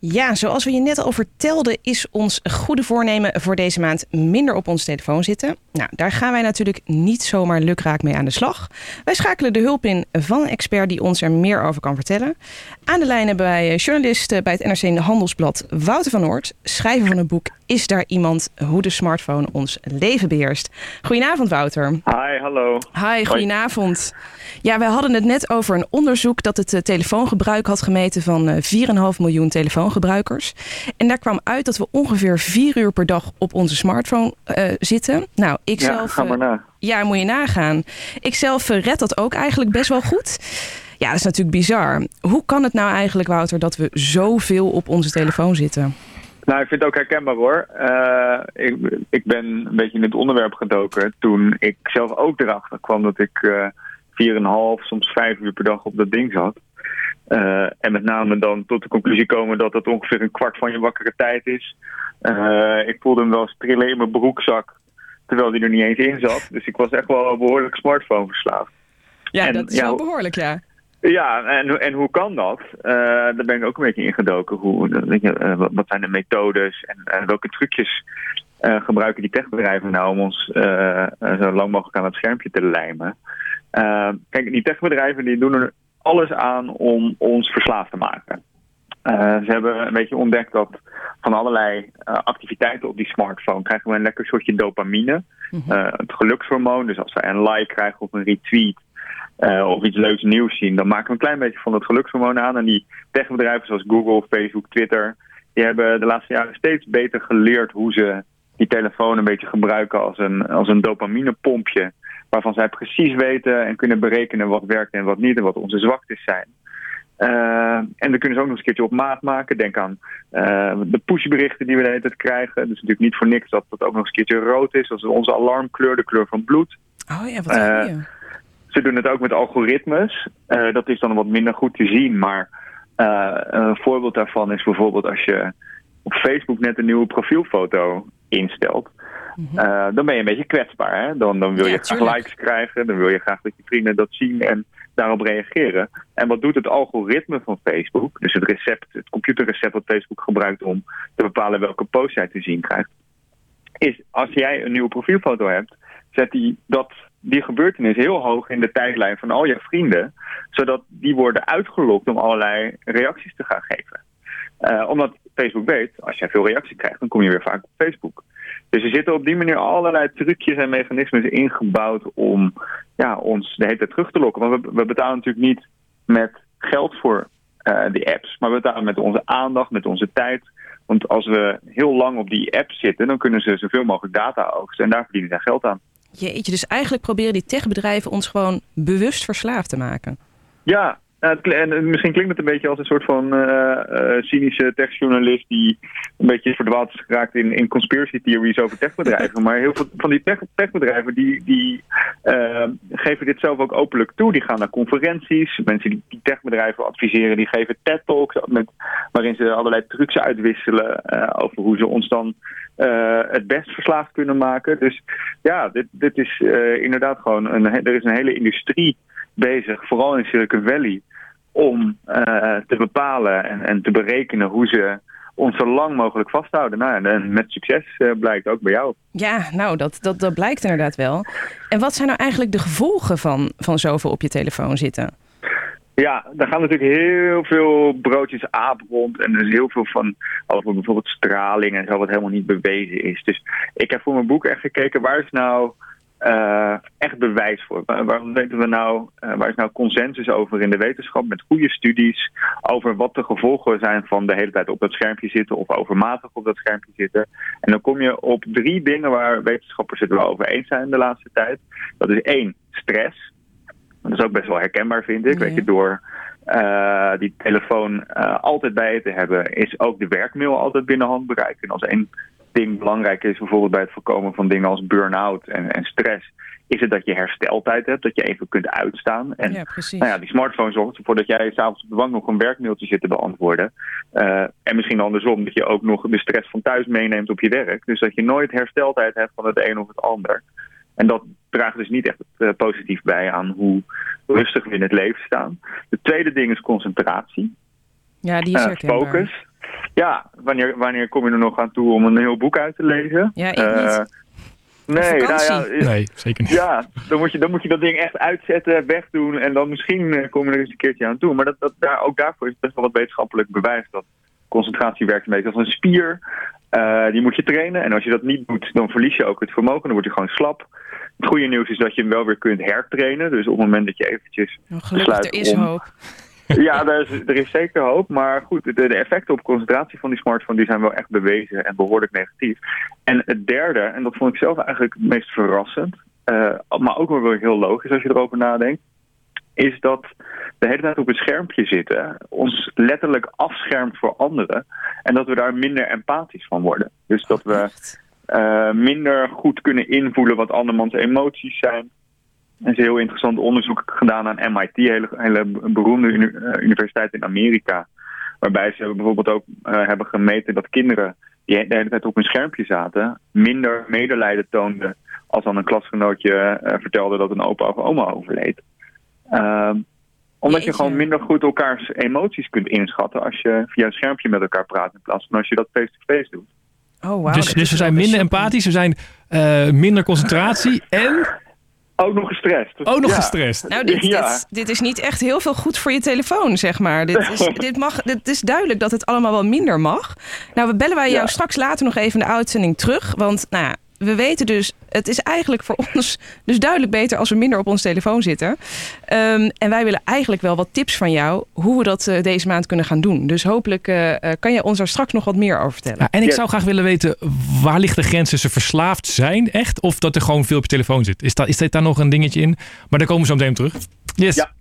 Ja, zoals we je net al vertelden, is ons goede voornemen voor deze maand minder op onze telefoon zitten. Nou, daar gaan wij natuurlijk niet zomaar lukraak mee aan de slag. Wij schakelen de hulp in van een expert die ons er meer over kan vertellen. Aan de lijn hebben wij journalist bij het NRC Handelsblad Wouter van Oort, schrijver van het boek Is daar iemand? Hoe de smartphone ons leven beheerst. Goedenavond, Wouter. Hi, hallo. Hi, goedenavond. Ja, wij hadden het net over een onderzoek dat het telefoongebruik had gemeten van 4,5 miljoen telefoongebruikers. En daar kwam uit dat we ongeveer 4 uur per dag op onze smartphone zitten. Nou, ik zelf... ga maar na. Ja, moet je nagaan. Ik zelf red dat ook eigenlijk best wel goed. Ja, dat is natuurlijk bizar. Hoe kan het nou eigenlijk, Wouter, dat we zoveel op onze telefoon zitten? Nou, ik vind het ook herkenbaar hoor. Ik ben een beetje in het onderwerp gedoken toen ik zelf ook erachter kwam dat ik 4,5, soms 5 uur per dag op dat ding zat. En met name dan tot de conclusie komen dat dat ongeveer een kwart van je wakkere tijd is. Ik voelde hem wel eens trillen in mijn broekzak, terwijl die er niet eens in zat. Dus ik was echt wel behoorlijk smartphone verslaafd. Ja, en, dat is wel behoorlijk, ja. Ja, en hoe kan dat? Daar ben ik ook een beetje ingedoken. Wat zijn de methodes en welke trucjes gebruiken die techbedrijven nou om ons zo lang mogelijk aan het schermpje te lijmen? Kijk, die techbedrijven die doen er alles aan om ons verslaafd te maken. Ze hebben een beetje ontdekt dat van allerlei activiteiten op die smartphone krijgen we een lekker soortje dopamine. Het gelukshormoon, dus als wij een like krijgen of een retweet of iets leuks nieuws zien, dan maken we een klein beetje van dat gelukshormoon aan. En die techbedrijven zoals Google, Facebook, Twitter, die hebben de laatste jaren steeds beter geleerd hoe ze die telefoon een beetje gebruiken als een dopaminepompje, waarvan zij precies weten en kunnen berekenen wat werkt en wat niet en wat onze zwaktes zijn. En dan kunnen ze ook nog eens een keertje op maat maken. Denk aan de pushberichten die we de hele tijd krijgen. Dus natuurlijk niet voor niks dat dat ook nog eens een keertje rood is. Dat is onze alarmkleur, de kleur van bloed. Oh ja, wat goeie. Ze doen het ook met algoritmes. Dat is dan wat minder goed te zien. Maar een voorbeeld daarvan is bijvoorbeeld als je op Facebook net een nieuwe profielfoto instelt. Dan ben je een beetje kwetsbaar. Hè? Dan wil je graag likes krijgen. Dan wil je graag dat je vrienden dat zien en daarop reageren. En wat doet het algoritme van Facebook? Dus het computerrecept dat Facebook gebruikt om te bepalen welke post jij te zien krijgt. Is als jij een nieuwe profielfoto hebt, zet die gebeurtenis heel hoog in de tijdlijn van al je vrienden. Zodat die worden uitgelokt om allerlei reacties te gaan geven. Omdat Facebook weet, als jij veel reacties krijgt, dan kom je weer vaak op Facebook. Dus er zitten op die manier allerlei trucjes en mechanismes ingebouwd om ons de hele tijd terug te lokken. Want we betalen natuurlijk niet met geld voor die apps, maar we betalen met onze aandacht, met onze tijd. Want als we heel lang op die app zitten, dan kunnen ze zoveel mogelijk data oogsten en daar verdienen ze geld aan. Jeetje, dus eigenlijk proberen die techbedrijven ons gewoon bewust verslaafd te maken. Ja. En misschien klinkt het een beetje als een soort van cynische techjournalist die een beetje verdwaald is geraakt in conspiracy theories over techbedrijven. Maar heel veel van die techbedrijven die geven dit zelf ook openlijk toe. Die gaan naar conferenties. Mensen die techbedrijven adviseren, die geven TED-talks waarin ze allerlei trucs uitwisselen over hoe ze ons dan het best verslaafd kunnen maken. Dus ja, dit is inderdaad gewoon er is een hele industrie bezig, vooral in Silicon Valley, om te bepalen en te berekenen hoe ze ons zo lang mogelijk vasthouden. Nou, en met succes blijkt ook bij jou. Ja, nou, dat blijkt inderdaad wel. En wat zijn nou eigenlijk de gevolgen van zoveel op je telefoon zitten? Ja, daar gaan natuurlijk heel veel broodjes aap rond. En er is heel veel van over bijvoorbeeld straling en zo wat helemaal niet bewezen is. Dus ik heb voor mijn boek echt gekeken, waar is nou echt bewijs voor? Waar weten we nou, waar is nou consensus over in de wetenschap met goede studies over wat de gevolgen zijn van de hele tijd op dat schermpje zitten of overmatig op dat schermpje zitten? En dan kom je op 3 dingen waar wetenschappers het wel over eens zijn de laatste tijd. Dat is 1, stress. Dat is ook best wel herkenbaar, vind ik. Ja. Weet je, door die telefoon altijd bij je te hebben, is ook de werkmail altijd binnen handbereik. En als 1 ding belangrijk is, bijvoorbeeld bij het voorkomen van dingen als burn-out en stress, is het dat je hersteltijd hebt, dat je even kunt uitstaan. En die smartphone zorgt ervoor dat jij 's avonds op de bank nog een werkmailtje zit te beantwoorden. En misschien andersom, dat je ook nog de stress van thuis meeneemt op je werk. Dus dat je nooit hersteltijd hebt van het een of het ander. En dat draagt dus niet echt positief bij aan hoe rustig we in het leven staan. De tweede ding is concentratie. Ja, die is focus. Ja, wanneer kom je er nog aan toe om een heel boek uit te lezen? Ja, ik niet. Nee, zeker niet. Ja, dan moet je dat ding echt uitzetten, wegdoen en dan misschien kom je er eens een keertje aan toe. Maar ook daarvoor is best wel wat wetenschappelijk bewijs dat concentratie werkt een beetje als een spier. Die moet je trainen en als je dat niet doet, dan verlies je ook het vermogen. Dan word je gewoon slap. Het goede nieuws is dat je hem wel weer kunt hertrainen. Dus op het moment dat je eventjes gelukkig, er is hoop. Ja, er is zeker hoop. Maar goed, de effecten op concentratie van die smartphone die zijn wel echt bewezen en behoorlijk negatief. En het derde, en dat vond ik zelf eigenlijk het meest verrassend, maar ook wel weer heel logisch als je erover nadenkt, is dat de hele tijd op een schermpje zitten ons letterlijk afschermt voor anderen en dat we daar minder empathisch van worden. Dus dat we minder goed kunnen invoelen wat andermans emoties zijn. Er is een heel interessant onderzoek gedaan aan MIT, een hele beroemde universiteit in Amerika. Waarbij ze bijvoorbeeld ook hebben gemeten dat kinderen die de hele tijd op een schermpje zaten, minder medelijden toonden als dan een klasgenootje vertelde dat een opa of oma overleed. Omdat je gewoon minder goed elkaars emoties kunt inschatten als je via een schermpje met elkaar praat in plaats van als je dat face-to-face doet. Oh, wow, dus we zijn minder empathisch, we zijn minder concentratie en... Ook nog gestrest. Gestrest. Nou, dit is niet echt heel veel goed voor je telefoon, zeg maar. Dit is duidelijk dat het allemaal wel minder mag. Nou, we bellen jou straks later nog even in de uitzending terug. Want we weten dus, het is eigenlijk voor ons dus duidelijk beter als we minder op ons telefoon zitten. En wij willen eigenlijk wel wat tips van jou hoe we dat deze maand kunnen gaan doen. Dus hopelijk kan je ons daar straks nog wat meer over vertellen. Ja, en ik zou graag willen weten, waar ligt de grens tussen verslaafd zijn echt? Of dat er gewoon veel op je telefoon zit? Is daar nog een dingetje in? Maar daar komen we zo meteen op terug. Yes. Ja.